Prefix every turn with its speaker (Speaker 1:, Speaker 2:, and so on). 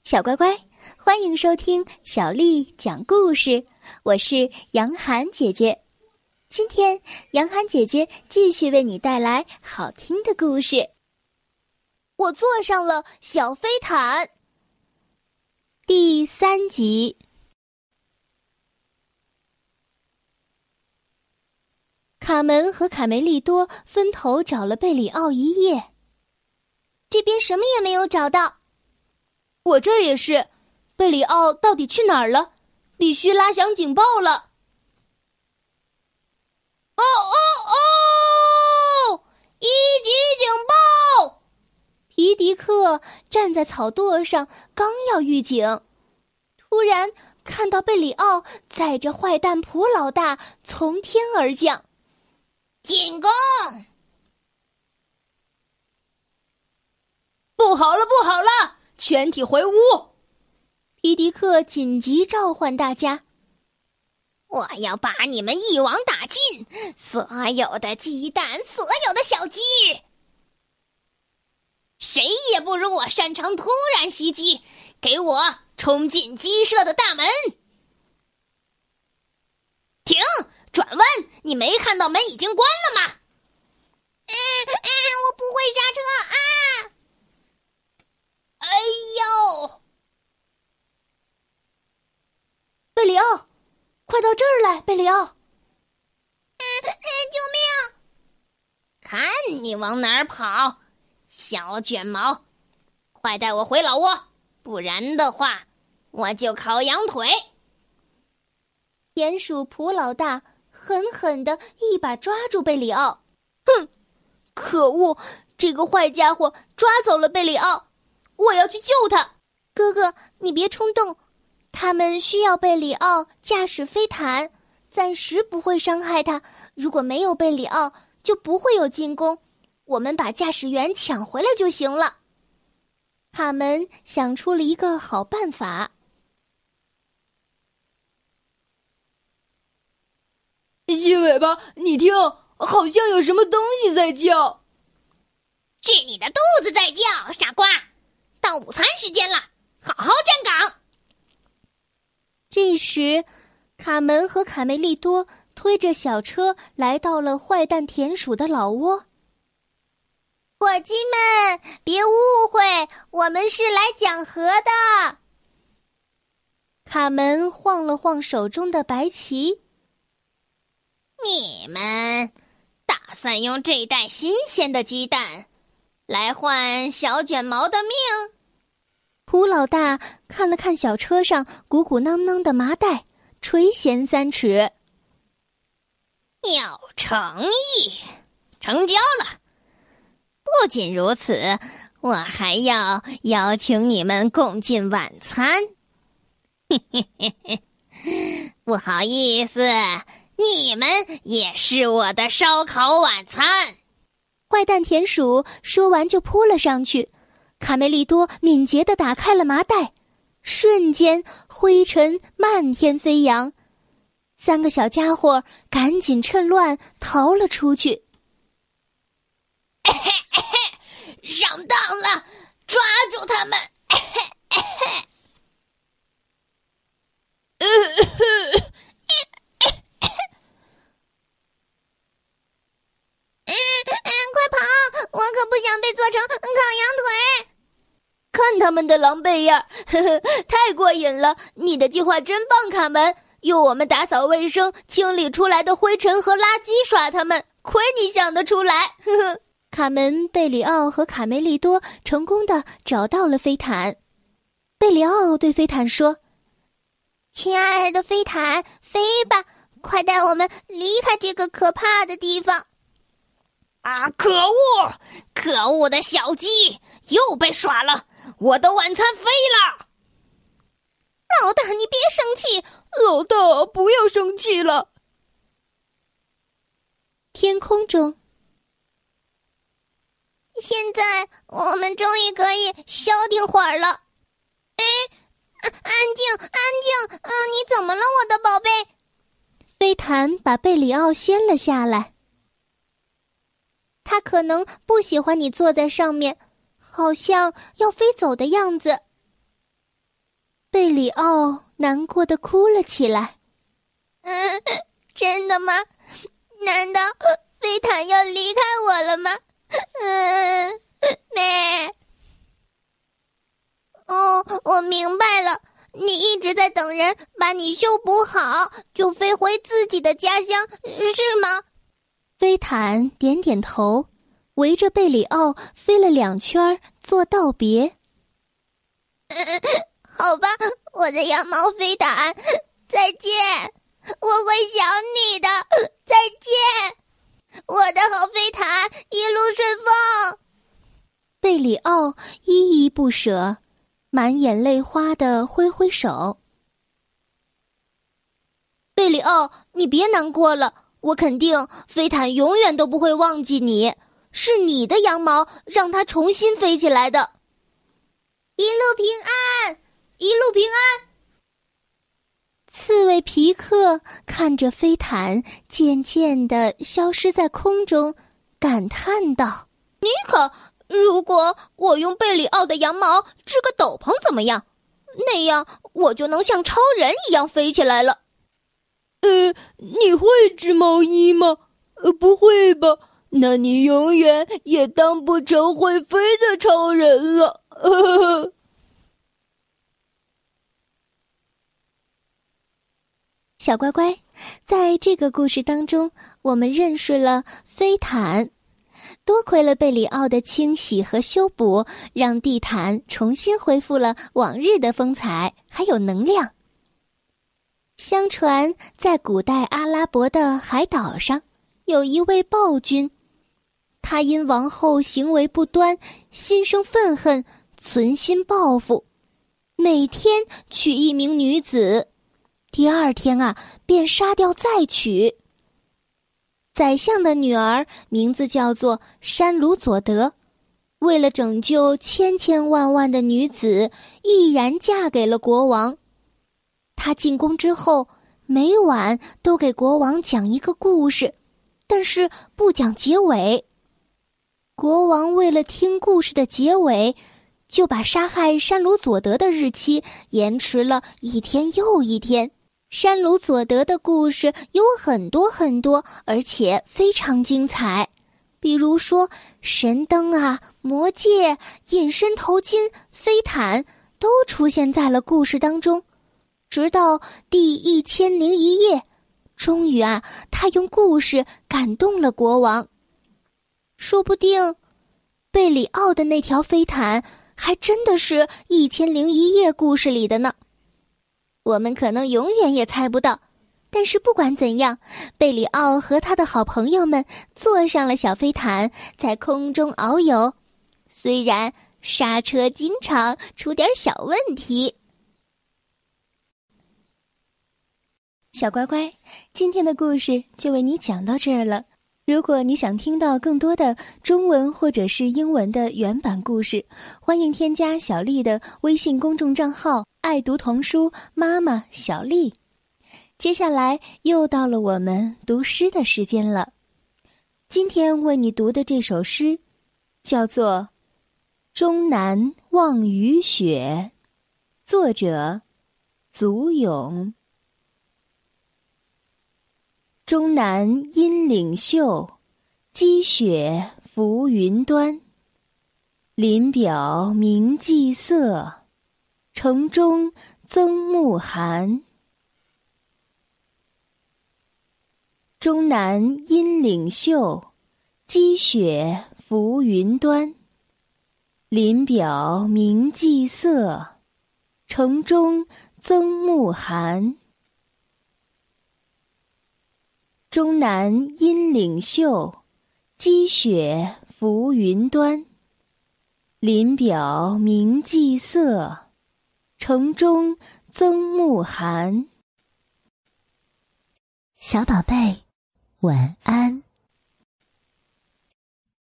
Speaker 1: 小乖乖，欢迎收听小丽讲故事，我是杨涵姐姐。今天杨涵姐姐继续为你带来好听的故事。
Speaker 2: 我坐上了小飞毯。
Speaker 1: 第3集。卡门和卡梅利多分头找了贝里奥一夜，
Speaker 2: 这边什么也没有找到。
Speaker 3: 我这儿也是，贝里奥到底去哪儿了？必须拉响警报了！
Speaker 2: 哦哦哦！一级警报！
Speaker 1: 皮迪克站在草垛上，刚要预警，突然看到贝里奥载着坏蛋普老大从天而降。
Speaker 2: 进攻！
Speaker 3: 不好了，不好了！全体回屋！
Speaker 1: 皮迪克紧急召唤大家。
Speaker 2: 我要把你们一网打尽，所有的鸡蛋，所有的小鸡，谁也不如我擅长突然袭击，给我冲进鸡舍的大门！停！转弯！你没看到门已经关了吗？我不会刹车啊！哎呦！
Speaker 3: 贝里奥，快到这儿来，贝里奥！
Speaker 2: 救命！看你往哪儿跑，小卷毛！快带我回老窝，不然的话，我就烤羊腿！
Speaker 1: 田鼠普老大狠狠地一把抓住贝里奥。
Speaker 3: 哼！可恶，这个坏家伙抓走了贝里奥！我要去救他！
Speaker 1: 哥哥，你别冲动，他们需要贝里奥驾驶飞毯，暂时不会伤害他。如果没有贝里奥，就不会有进攻，我们把驾驶员抢回来就行了。卡门想出了一个好办法。
Speaker 3: 新尾巴，你听，好像有什么东西在叫。
Speaker 2: 是你的肚子在叫，傻瓜！到午餐时间了，好好站岗。
Speaker 1: 这时，卡门和卡梅利多推着小车来到了坏蛋田鼠的老窝。
Speaker 2: 伙计们，别误会，我们是来讲和的。
Speaker 1: 卡门晃了晃手中的白旗。
Speaker 2: 你们打算用这袋新鲜的鸡蛋来换小卷毛的命？
Speaker 1: 普老大看了看小车上鼓鼓囊囊的麻袋，垂涎3尺。
Speaker 2: 有诚意，成交了。不仅如此，我还要邀请你们共进晚餐。嘿嘿嘿嘿，不好意思，你们也是我的烧烤晚餐。
Speaker 1: 坏蛋田鼠说完就扑了上去，卡梅利多敏捷地打开了麻袋，瞬间灰尘漫天飞扬。3个小家伙赶紧趁乱逃了出去。
Speaker 2: 上当了，抓住他们！快跑！我可不想被做成烤羊腿。
Speaker 3: 看他们的狼狈样，呵呵，太过瘾了！你的计划真棒，卡门。用我们打扫卫生、清理出来的灰尘和垃圾耍他们，亏你想得出来！呵呵。
Speaker 1: 卡门、贝里奥和卡梅利多成功地找到了飞毯。贝里奥对飞毯说：“
Speaker 2: 亲爱的飞毯，飞吧，快带我们离开这个可怕的地方！”啊！可恶！可恶的小鸡又被耍了，我的晚餐飞了！老大，你别生气。
Speaker 3: 老大，不要生气了。
Speaker 1: 天空中，
Speaker 2: 现在我们终于可以消停会儿了。安静，安静！你怎么了，我的宝贝？
Speaker 1: 飞毯把贝里奥掀了下来。他可能不喜欢你坐在上面，好像要飞走的样子。 贝里奥难过地哭了起来。
Speaker 3: 真的吗？难道飞毯要离开我了吗？妹。哦，我明白了，你一直在等人把你修补好，就飞回自己的家乡，是吗？
Speaker 1: 飞毯点点头，围着贝里奥飞了2圈做道别。
Speaker 3: 好吧，我的羊毛飞毯，再见，我会想你的，再见，我的好飞毯，一路顺风。
Speaker 1: 贝里奥依依不舍，满眼泪花地挥挥手。贝里奥，你别难过了，我肯定飞毯永远都不会忘记你，是你的羊毛让它重新飞起来的。
Speaker 3: 一路平安，一路平安。
Speaker 1: 刺猬皮克看着飞毯渐渐地消失在空中，感叹道：
Speaker 3: 尼克，如果我用贝里奥的羊毛织个斗篷怎么样？那样我就能像超人一样飞起来了。
Speaker 4: 你会织毛衣吗？不会吧，那你永远也当不成会飞的超人了。
Speaker 1: 小乖乖，在这个故事当中，我们认识了飞毯。多亏了贝里奥的清洗和修补，让地毯重新恢复了往日的风采，还有能量。相传，在古代阿拉伯的海岛上，有一位暴君，他因王后行为不端，心生愤恨，存心报复，每天娶一名女子，第2天便杀掉再娶。宰相的女儿名字叫做山鲁佐德，为了拯救千千万万的女子，毅然嫁给了国王。她进宫之后，每晚都给国王讲一个故事，但是不讲结尾。国王为了听故事的结尾，就把杀害山鲁佐德的日期延迟了1天又1天。山鲁佐德的故事有很多很多，而且非常精彩。比如说神灯魔戒、隐身头巾、飞毯都出现在了故事当中。直到第1001夜，终于他用故事感动了国王。说不定贝里奥的那条飞毯还真的是1001夜故事里的呢。我们可能永远也猜不到，但是不管怎样，贝里奥和他的好朋友们坐上了小飞毯，在空中遨游。虽然刹车经常出点小问题。小乖乖，今天的故事就为你讲到这儿了。如果你想听到更多的中文或者是英文的原版故事，欢迎添加小丽的微信公众账号爱读童书妈妈小丽。接下来又到了我们读诗的时间了。今天为你读的这首诗叫做《终南望雨雪》，作者祖咏。终南阴岭秀，积雪浮云端。林表明霁色，城中增暮寒。终南阴岭秀，积雪浮云端。林表明霁色，城中增暮寒。终南阴岭秀，积雪浮云端。林表明霁色，城中增暮寒。小宝贝，晚安。